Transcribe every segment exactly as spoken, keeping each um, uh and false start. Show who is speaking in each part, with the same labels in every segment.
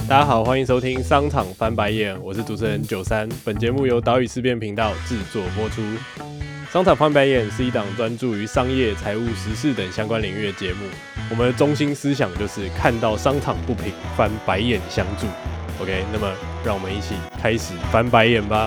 Speaker 1: 大家好，欢迎收听商场翻白眼，我是主持人九三。本节目由岛屿思辨频道制作播出。商场翻白眼是一档专注于商业、财务、时事等相关领域的节目。我们的中心思想就是看到商场不平，翻白眼相助。OK， 那么让我们一起开始翻白眼吧。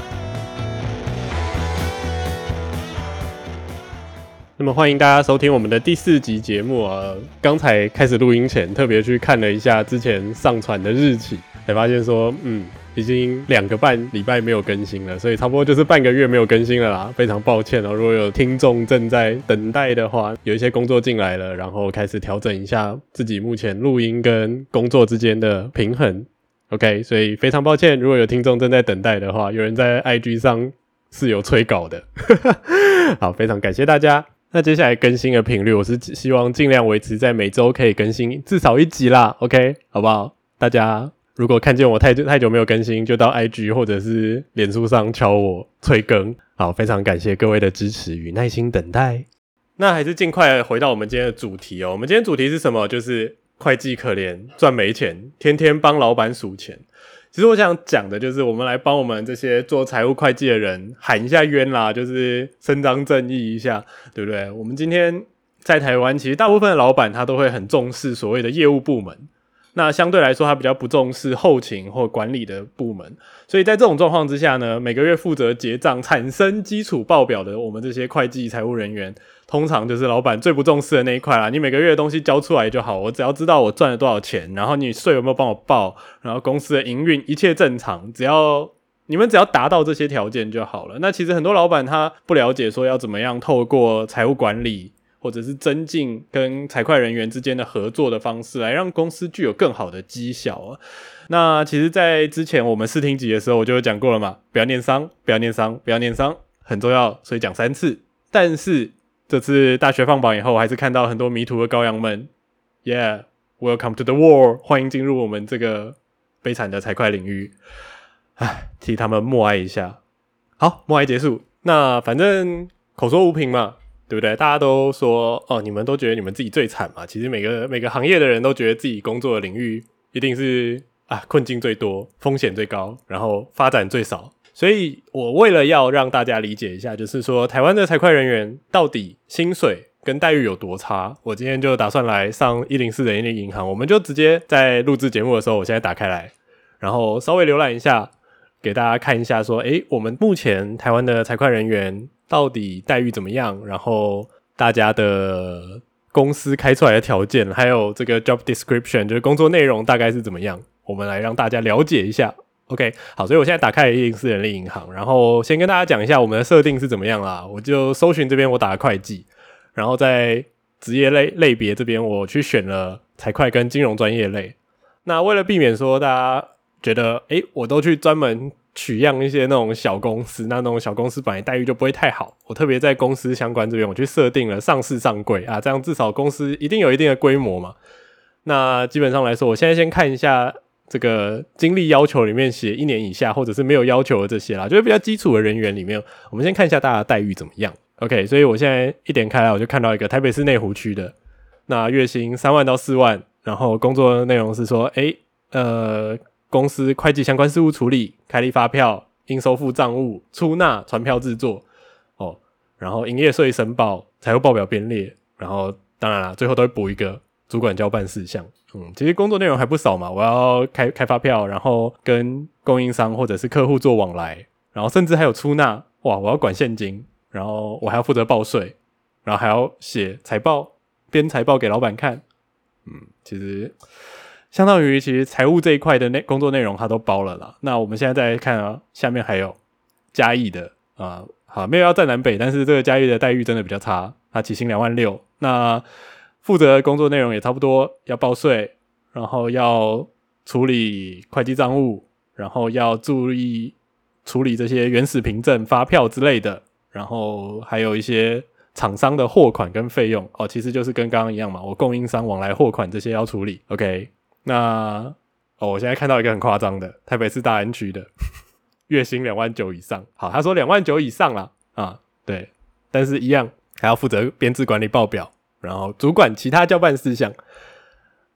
Speaker 1: 那么欢迎大家收听我们的第四集节目啊！刚才开始录音前，特别去看了一下之前上传的日期，才发现说，嗯，已经两个半礼拜没有更新了，所以差不多就是半个月没有更新了啦。非常抱歉哦，如果有听众正在等待的话，有一些工作进来了，然后开始调整一下自己目前录音跟工作之间的平衡。OK， 所以非常抱歉，如果有听众正在等待的话，有人在 I G 上是有催稿的。好，非常感谢大家。那接下来更新的频率，我是希望尽量维持在每周可以更新至少一集啦 ，OK， 好不好？大家如果看见我太久太久没有更新，就到 I G 或者是脸书上敲我催更。好，非常感谢各位的支持与耐心等待。那还是尽快回到我们今天的主题哦。我们今天主题是什么？就是会计可怜，赚没钱，天天帮老板数钱。其实我想讲的就是我们来帮我们这些做财务会计的人喊一下冤啦，就是伸张正义一下，对不对？我们今天在台湾其实大部分的老板他都会很重视所谓的业务部门，那相对来说他比较不重视后勤或管理的部门，所以在这种状况之下呢，每个月负责结账产生基础报表的我们这些会计财务人员，通常就是老板最不重视的那一块啦。你每个月的东西交出来就好，我只要知道我赚了多少钱，然后你税有没有帮我报，然后公司的营运一切正常，只要你们只要达到这些条件就好了。那其实很多老板他不了解说要怎么样透过财务管理或者是增进跟财会人员之间的合作的方式来让公司具有更好的绩效啊。那其实在之前我们试听集的时候我就有讲过了嘛，不要念商，不要念商，不要念商，很重要，所以讲三次。但是这次大学放榜以后，我还是看到很多迷途的羔羊们 Yeah, welcome to the war， 欢迎进入我们这个悲惨的财会领域。唉，替他们默哀一下。好，默哀结束。那反正口说无凭嘛，对不对？大家都说哦，你们都觉得你们自己最惨嘛。其实每个每个行业的人都觉得自己工作的领域一定是啊困境最多，风险最高，然后发展最少。所以我为了要让大家理解一下，就是说台湾的财会人员到底薪水跟待遇有多差，我今天就打算来上一零四人力银行，我们就直接在录制节目的时候，我现在打开来，然后稍微浏览一下，给大家看一下说，诶，我们目前台湾的财会人员到底待遇怎么样，然后大家的公司开出来的条件，还有这个 job description 就是工作内容大概是怎么样，我们来让大家了解一下。OK， 好，所以我现在打开了一零四人力银行，然后先跟大家讲一下我们的设定是怎么样啦。我就搜寻这边我打了会计，然后在职业类类别这边我去选了财会跟金融专业类。那为了避免说大家觉得诶我都去专门取样一些那种小公司，那那种小公司本来待遇就不会太好，我特别在公司相关这边我去设定了上市上柜啊，这样至少公司一定有一定的规模嘛。那基本上来说，我现在先看一下这个经历要求里面写一年以下或者是没有要求的这些啦，就是比较基础的人员里面，我们先看一下大家的待遇怎么样。 OK， 所以我现在一点开来我就看到一个台北市内湖区的，那月薪三万到四万，然后工作内容是说诶呃公司会计相关事务处理，开立发票，应收付账务，出纳，传票制作哦，然后营业税申报，财务报表编列，然后当然啦最后都会补一个主管交办事项。嗯，其实工作内容还不少嘛，我要开开发票，然后跟供应商或者是客户做往来，然后甚至还有出纳，哇，我要管现金，然后我还要负责报税，然后还要写财报，编财报给老板看。嗯，其实相当于其实财务这一块的内工作内容它都包了啦。那我们现在再来看啊，下面还有嘉义的啊、呃，好，没有要占南北，但是这个嘉义的待遇真的比较差，它起薪两万六，那负责的工作内容也差不多，要报税，然后要处理会计账务，然后要注意处理这些原始凭证、发票之类的，然后还有一些厂商的货款跟费用哦，其实就是跟刚刚一样嘛，我供应商往来货款这些要处理。OK， 那哦，我现在看到一个很夸张的，台北市大安区的月薪两万九以上，好，他说两万九以上啦，啊，对，但是一样还要负责编制管理报表。然后主管其他交办事项，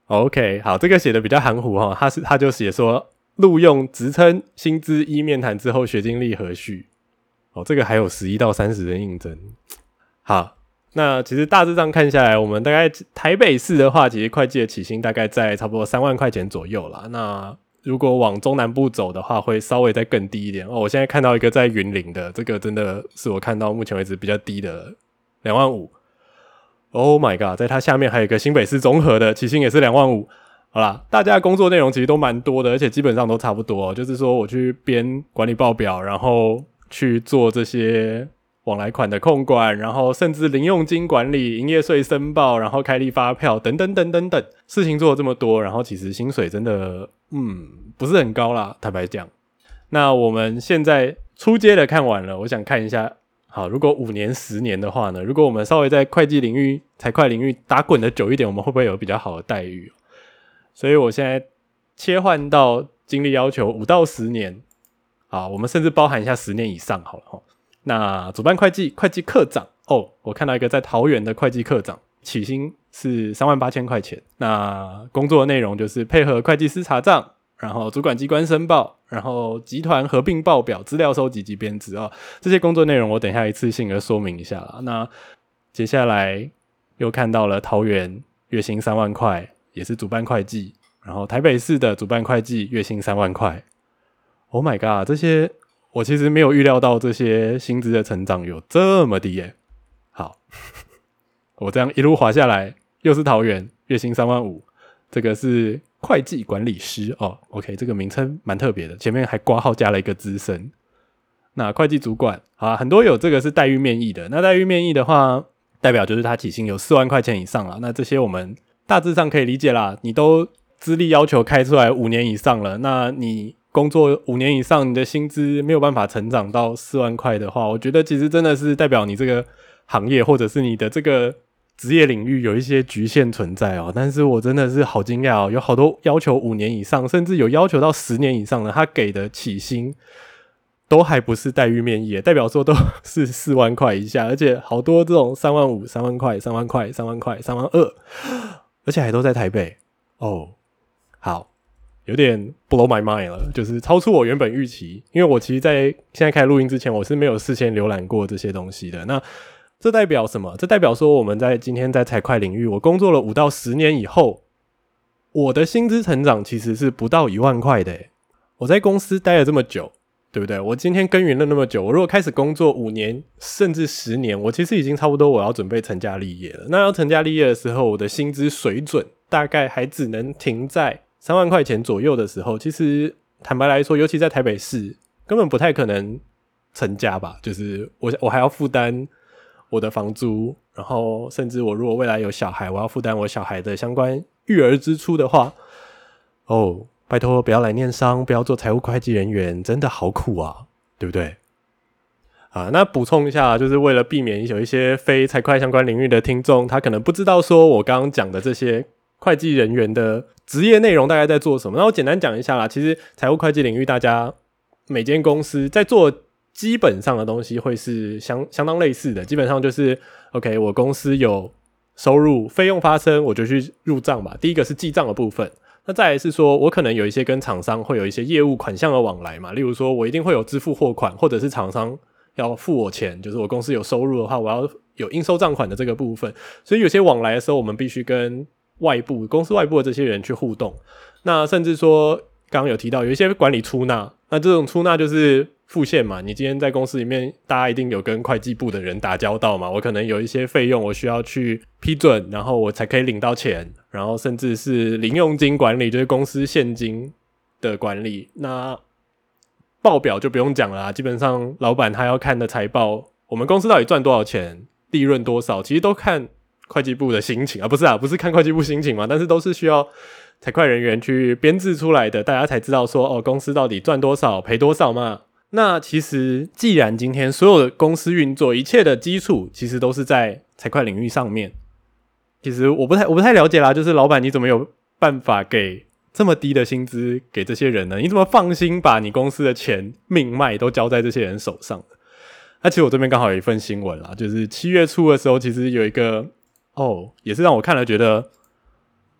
Speaker 1: OK， 好，这个写的比较含糊哈，他是他就写说录用职称薪资依面谈之后学经历何序。哦，这个还有十一到三十人应征。好，那其实大致上看下来，我们大概台北市的话，其实会计的起薪大概在差不多三万块钱左右啦。那如果往中南部走的话，会稍微再更低一点哦。我现在看到一个在云林的，这个真的是我看到目前为止比较低的两万五。Oh my god， 在它下面还有一个新北市综合的，起薪也是两万五。好啦，大家的工作内容其实都蛮多的，而且基本上都差不多。就是说我去编管理报表，然后去做这些往来款的控管，然后甚至零用金管理、营业税申报，然后开立发票等等等等等，事情做了这么多，然后其实薪水真的嗯不是很高啦，坦白讲。那我们现在初阶的看完了，我想看一下，好，如果五年十年的话呢，如果我们稍微在会计领域财会领域打滚的久一点，我们会不会有比较好的待遇？所以我现在切换到经历要求五到十年，好，我们甚至包含一下十年以上好了齁。那主办会计会计科长哦，我看到一个在桃园的会计科长，起薪是三万八千块钱。那工作的内容就是配合会计师查账，然后主管机关申报，然后集团合并报表、资料收集及编制哦，这些工作内容我等一下一次性的说明一下啦。那接下来又看到了桃园月薪三万块，也是主办会计，然后台北市的主办会计月薪三万块。Oh my god， 这些我其实没有预料到这些薪资的成长有这么低耶。好，我这样一路滑下来，又是桃园月薪三万五，这个是会计管理师哦 ，OK， 这个名称蛮特别的，前面还括号加了一个资深。那会计主管啊，很多有这个是待遇面议的，那待遇面议的话，代表就是他起薪有四万块钱以上啦。那这些我们大致上可以理解啦，你都资历要求开出来五年以上了，那你工作五年以上，你的薪资没有办法成长到四万块的话，我觉得其实真的是代表你这个行业或者是你的这个职业领域有一些局限存在哦。但是我真的是好惊讶哦，有好多要求五年以上，甚至有要求到十年以上的，他给的起薪都还不是待遇面议，代表说都是四万块以下，而且好多这种三万五、三万块、三万块、三万块、三万二，而且还都在台北哦。好，有点 blow my mind 了，就是超出我原本预期，因为我其实在现在开始录音之前，我是没有事先浏览过这些东西的。那这代表什么？这代表说我们在今天在财会领域，我工作了五到十年以后，我的薪资成长其实是不到一万块的耶。我在公司待了这么久，对不对？我今天耕耘了那么久，我如果开始工作五年甚至十年，我其实已经差不多我要准备成家立业了。那要成家立业的时候，我的薪资水准大概还只能停在三万块钱左右的时候，其实坦白来说，尤其在台北市，根本不太可能成家吧。就是我我还要负担我的房租，然后甚至我如果未来有小孩，我要负担我小孩的相关育儿支出的话，哦，拜托不要来念商，不要做财务会计人员，真的好苦啊，对不对？啊，那补充一下，就是为了避免有一些非财会相关领域的听众，他可能不知道说我刚刚讲的这些会计人员的职业内容大概在做什么。那我简单讲一下啦，其实财务会计领域大家每间公司在做基本上的东西会是相相当类似的，基本上就是 OK， 我公司有收入费用发生，我就去入账吧。第一个是记账的部分，那再来是说我可能有一些跟厂商会有一些业务款项的往来嘛，例如说我一定会有支付货款，或者是厂商要付我钱，就是我公司有收入的话，我要有应收账款的这个部分，所以有些往来的时候，我们必须跟外部公司外部的这些人去互动。那甚至说刚刚有提到有一些管理出纳，那这种出纳就是付现嘛，你今天在公司里面大家一定有跟会计部的人打交道嘛，我可能有一些费用我需要去批准，然后我才可以领到钱，然后甚至是零用金管理，就是公司现金的管理。那报表就不用讲了啦，基本上老板他要看的财报，我们公司到底赚多少钱，利润多少，其实都看会计部的心情啊，不是啊，不是看会计部心情嘛，但是都是需要财会人员去编制出来的，大家才知道说哦，公司到底赚多少赔多少嘛。那其实既然今天所有的公司运作一切的基础其实都是在财会领域上面，其实我不太我不太了解啦，就是老板你怎么有办法给这么低的薪资给这些人呢？你怎么放心把你公司的钱命脉都交在这些人手上？那、啊、其实我这边刚好有一份新闻啦，就是七月初的时候，其实有一个哦，也是让我看了觉得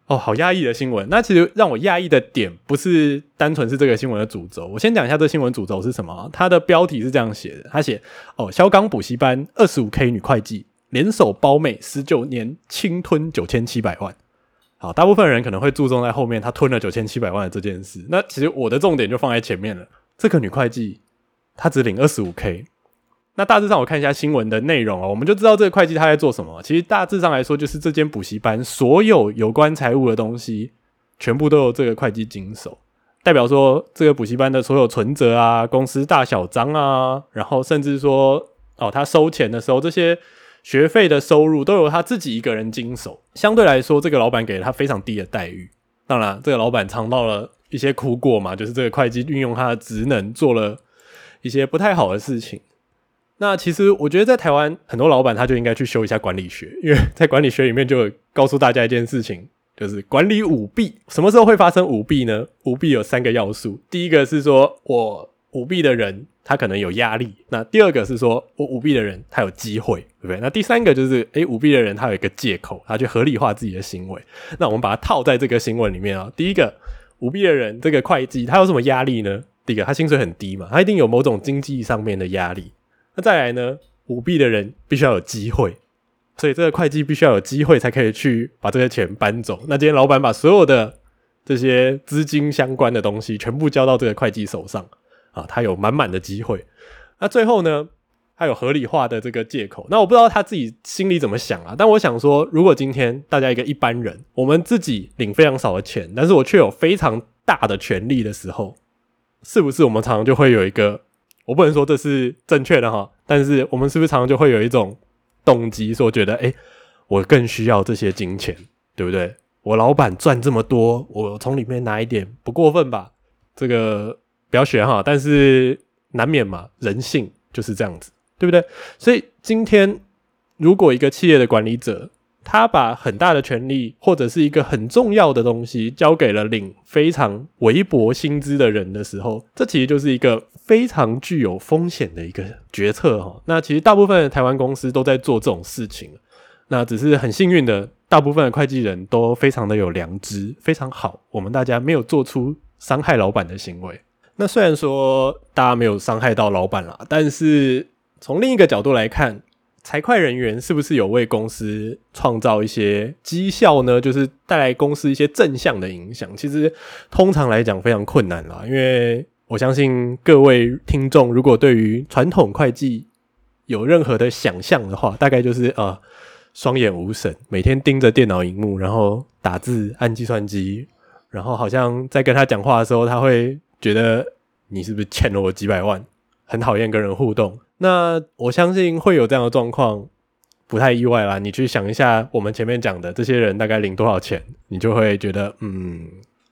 Speaker 1: 哦，好压抑的新闻。那其实让我压抑的点不是单纯是这个新闻的主轴，我先讲一下这新闻主轴是什么。它的标题是这样写的，他写哦，萧纲补习班 二十五K 女会计联手包妹十九年侵吞九千七百万。好，大部分人可能会注重在后面他吞了九千七百万的这件事，那其实我的重点就放在前面了。这个女会计她只领 二十五K， 那大致上我看一下新闻的内容哦，我们就知道这个会计她在做什么。其实大致上来说，就是这间补习班所有有关财务的东西全部都由这个会计经手，代表说这个补习班的所有存折啊、公司大小章啊，然后甚至说哦，他收钱的时候这些学费的收入都由他自己一个人经手，相对来说这个老板给了他非常低的待遇。当然这个老板尝到了一些苦果嘛，就是这个会计运用他的职能做了一些不太好的事情。那其实我觉得在台湾很多老板他就应该去修一下管理学，因为在管理学里面就有告诉大家一件事情，就是管理舞弊。什么时候会发生舞弊呢？舞弊有三个要素，第一个是说我舞弊的人他可能有压力，那第二个是说我舞弊的人他有机会，对不对？那第三个就是诶舞弊的人他有一个借口，他去合理化自己的行为。那我们把它套在这个新闻里面啊，第一个舞弊的人这个会计他有什么压力呢？第一个他薪水很低嘛，他一定有某种经济上面的压力。那再来呢，舞弊的人必须要有机会，所以这个会计必须要有机会才可以去把这些钱搬走。那今天老板把所有的这些资金相关的东西全部交到这个会计手上啊，他有满满的机会。那最后呢，他有合理化的这个借口。那我不知道他自己心里怎么想啊，但我想说，如果今天大家一个一般人，我们自己领非常少的钱，但是我却有非常大的权利的时候，是不是我们常常就会有一个，我不能说这是正确的哈，但是我们是不是常常就会有一种动机说觉得诶我更需要这些金钱，对不对？我老板赚这么多，我从里面拿一点不过分吧？这个不要学哈，但是难免嘛，人性就是这样子，对不对？所以今天如果一个企业的管理者他把很大的权力或者是一个很重要的东西交给了领非常微薄薪资的人的时候，这其实就是一个非常具有风险的一个决策齁。那其实大部分的台湾公司都在做这种事情，那只是很幸运的大部分的会计人都非常的有良知，非常好，我们大家没有做出伤害老板的行为。那虽然说大家没有伤害到老板啦，但是从另一个角度来看，财会人员是不是有为公司创造一些绩效呢？就是带来公司一些正向的影响，其实通常来讲非常困难啦。因为我相信各位听众如果对于传统会计有任何的想象的话，大概就是呃双眼无神，每天盯着电脑萤幕，然后打字按计算机，然后好像在跟他讲话的时候他会觉得你是不是欠了我几百万，很讨厌跟人互动。那我相信会有这样的状况不太意外啦，你去想一下我们前面讲的这些人大概领多少钱，你就会觉得嗯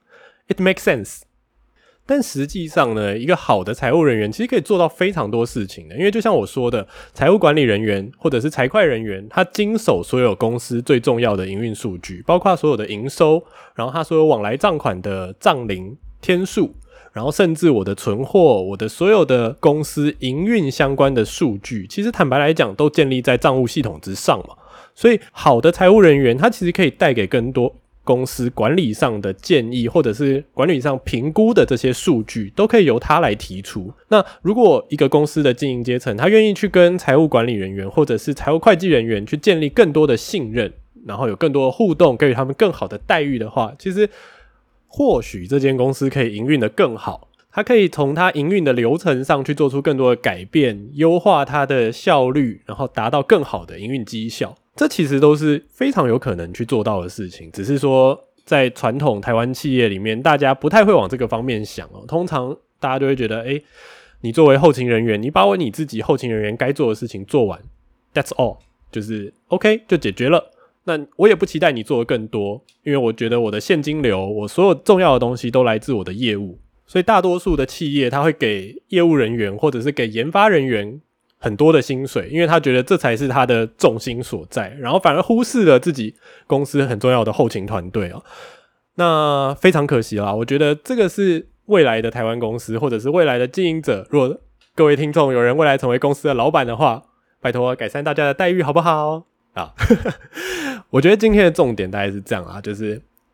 Speaker 1: it makes sense。 但实际上呢，一个好的财务人员其实可以做到非常多事情的，因为就像我说的，财务管理人员或者是财会人员，他经手所有公司最重要的营运数据，包括所有的营收，然后他所有往来账款的账龄天数，然后甚至我的存货，我的所有的公司营运相关的数据，其实坦白来讲都建立在账务系统之上嘛。所以好的财务人员他其实可以带给更多公司管理上的建议，或者是管理上评估的这些数据都可以由他来提出。那如果一个公司的经营阶层他愿意去跟财务管理人员或者是财务会计人员去建立更多的信任，然后有更多的互动，给予他们更好的待遇的话，其实或许这间公司可以营运得更好，它可以从它营运的流程上去做出更多的改变，优化它的效率，然后达到更好的营运绩效。这其实都是非常有可能去做到的事情，只是说在传统台湾企业里面大家不太会往这个方面想哦。通常大家就会觉得诶你作为后勤人员，你把我你自己后勤人员该做的事情做完， that's all， 就是 OK 就解决了。那我也不期待你做的更多，因为我觉得我的现金流，我所有重要的东西都来自我的业务。所以大多数的企业他会给业务人员或者是给研发人员很多的薪水，因为他觉得这才是他的重心所在，然后反而忽视了自己公司很重要的后勤团队哦。那非常可惜啦，我觉得这个是未来的台湾公司或者是未来的经营者，如果各位听众有人未来成为公司的老板的话，拜托改善大家的待遇好不好啊？我觉得今天的重点大概是这样啊，就是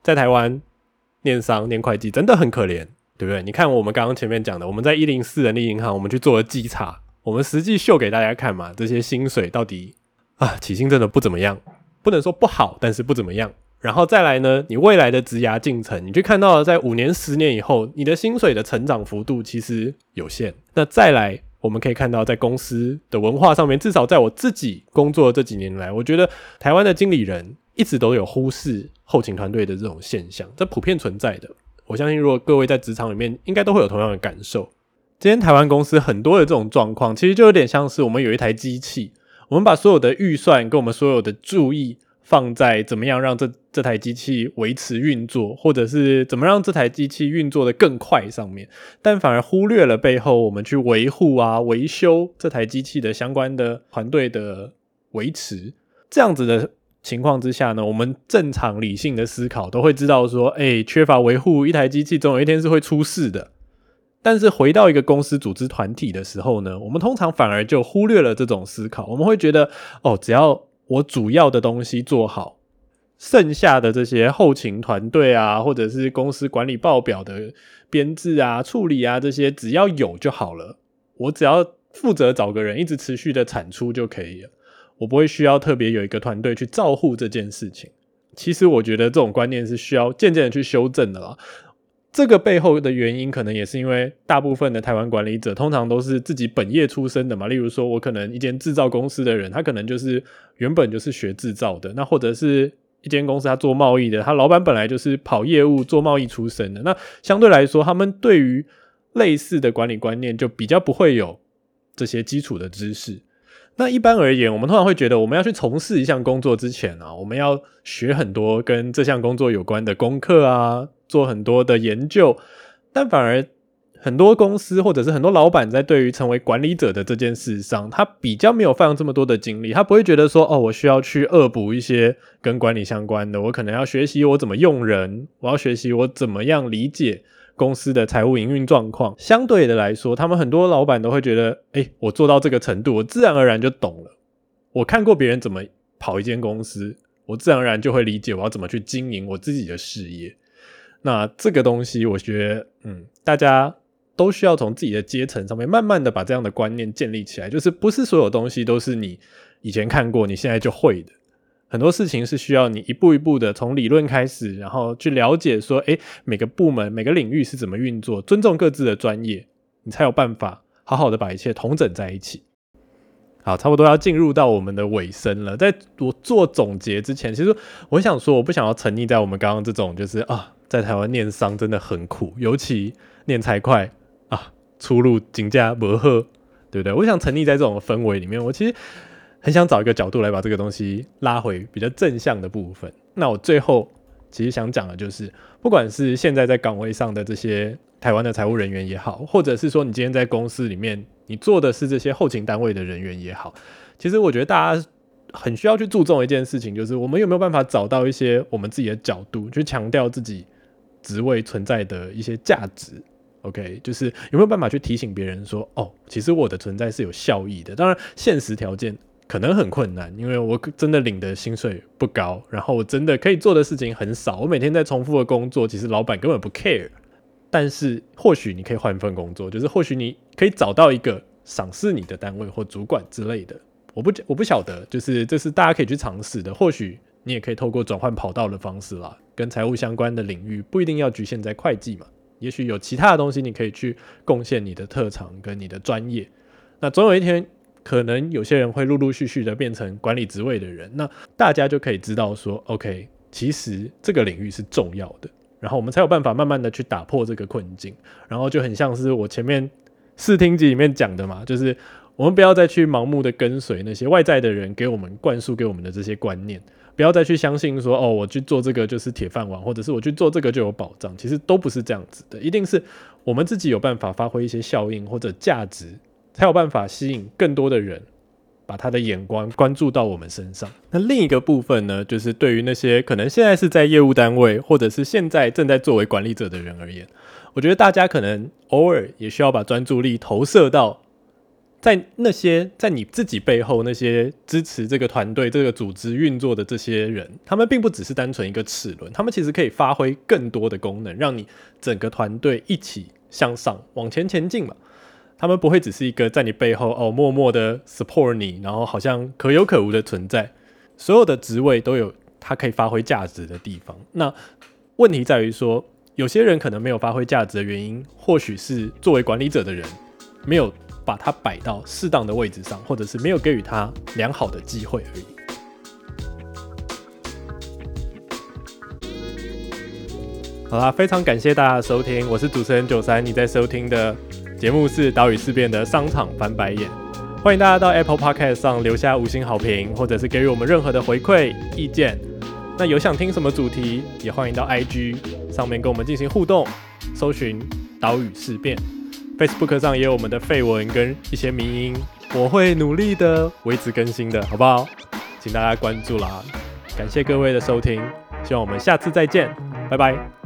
Speaker 1: 在台湾念商念会计真的很可怜，对不对？你看我们刚刚前面讲的，我们在一零四人力银行我们去做了稽查，我们实际秀给大家看嘛，这些薪水到底啊起薪真的不怎么样，不能说不好，但是不怎么样。然后再来呢，你未来的职涯进程，你去看到了在五年十年以后，你的薪水的成长幅度其实有限。那再来我们可以看到在公司的文化上面，至少在我自己工作的这几年来，我觉得台湾的经理人一直都有忽视后勤团队的这种现象，这普遍存在的。我相信如果各位在职场里面应该都会有同样的感受。今天台湾公司很多的这种状况，其实就有点像是我们有一台机器，我们把所有的预算跟我们所有的注意放在怎么样让这这台机器维持运作，或者是怎么让这台机器运作的更快上面，但反而忽略了背后我们去维护啊维修这台机器的相关的团队的维持。这样子的情况之下呢，我们正常理性的思考都会知道说，哎，缺乏维护一台机器总有一天是会出事的。但是回到一个公司组织团体的时候呢，我们通常反而就忽略了这种思考。我们会觉得哦，只要我主要的东西做好，剩下的这些后勤团队啊，或者是公司管理报表的编制啊、处理啊，这些只要有就好了，我只要负责找个人一直持续的产出就可以了，我不会需要特别有一个团队去照护这件事情。其实我觉得这种观念是需要渐渐的去修正的啦。这个背后的原因可能也是因为大部分的台湾管理者通常都是自己本业出身的嘛，例如说我可能一间制造公司的人，他可能就是原本就是学制造的，那或者是一间公司他做贸易的，他老板本来就是跑业务做贸易出身的，那相对来说他们对于类似的管理观念就比较不会有这些基础的知识。那一般而言，我们通常会觉得我们要去从事一项工作之前啊，我们要学很多跟这项工作有关的功课啊，做很多的研究，但反而很多公司或者是很多老板在对于成为管理者的这件事上，他比较没有放这么多的精力，他不会觉得说哦，我需要去恶补一些跟管理相关的，我可能要学习我怎么用人，我要学习我怎么样理解公司的财务营运状况。相对的来说，他们很多老板都会觉得诶，我做到这个程度，我自然而然就懂了，我看过别人怎么跑一间公司，我自然而然就会理解我要怎么去经营我自己的事业。那这个东西我觉得嗯，大家都需要从自己的阶层上面慢慢的把这样的观念建立起来，就是不是所有东西都是你以前看过你现在就会的，很多事情是需要你一步一步的从理论开始，然后去了解说诶，每个部门每个领域是怎么运作，尊重各自的专业，你才有办法好好的把一切统整在一起。好，差不多要进入到我们的尾声了。在我做总结之前，其实我想说我不想要沉溺在我们刚刚这种就是啊，在台湾念商真的很苦，尤其念财会啊，出路真的不好，对不对？我想沉溺在这种氛围里面，我其实很想找一个角度来把这个东西拉回比较正向的部分。那我最后其实想讲的就是，不管是现在在岗位上的这些台湾的财务人员也好，或者是说你今天在公司里面你做的是这些后勤单位的人员也好，其实我觉得大家很需要去注重一件事情，就是我们有没有办法找到一些我们自己的角度去强调自己职位存在的一些价值。OK， 就是有没有办法去提醒别人说，哦，其实我的存在是有效益的。当然现实条件可能很困难，因为我真的领的薪水不高，然后我真的可以做的事情很少，我每天在重复的工作，其实老板根本不 care。但是或许你可以换份工作，就是或许你可以找到一个赏识你的单位或主管之类的。我不我不晓得，就是这是大家可以去尝试的。或许你也可以透过转换跑道的方式啦，跟财务相关的领域不一定要局限在会计嘛，也许有其他的东西你可以去贡献你的特长跟你的专业。那总有一天可能有些人会陆陆续续的变成管理职位的人，那大家就可以知道说 OK， 其实这个领域是重要的，然后我们才有办法慢慢的去打破这个困境。然后就很像是我前面试听集里面讲的嘛，就是我们不要再去盲目的跟随那些外在的人给我们灌输给我们的这些观念，不要再去相信说哦，我去做这个就是铁饭碗，或者是我去做这个就有保障，其实都不是这样子的。一定是我们自己有办法发挥一些效应或者价值，才有办法吸引更多的人把他的眼光关注到我们身上。那另一个部分呢，就是对于那些可能现在是在业务单位或者是现在正在作为管理者的人而言，我觉得大家可能偶尔也需要把专注力投射到在那些在你自己背后那些支持这个团队这个组织运作的这些人，他们并不只是单纯一个齿轮，他们其实可以发挥更多的功能，让你整个团队一起向上往前前进嘛。他们不会只是一个在你背后哦默默的 support 你，然后好像可有可无的存在。所有的职位都有它可以发挥价值的地方。那问题在于说，有些人可能没有发挥价值的原因，或许是作为管理者的人没有把它摆到适当的位置上，或者是没有给予他良好的机会而已。好啦，非常感谢大家的收听，我是主持人九三，你在收听的节目是岛屿事变的商场翻白眼。欢迎大家到 Apple Podcast 上留下五星好评，或者是给予我们任何的回馈意见。那有想听什么主题，也欢迎到 I G 上面跟我们进行互动，搜寻岛屿事变。Facebook 上也有我们的废文跟一些迷因，我会努力的维持更新的，好不好？请大家关注啦！感谢各位的收听，希望我们下次再见，拜拜。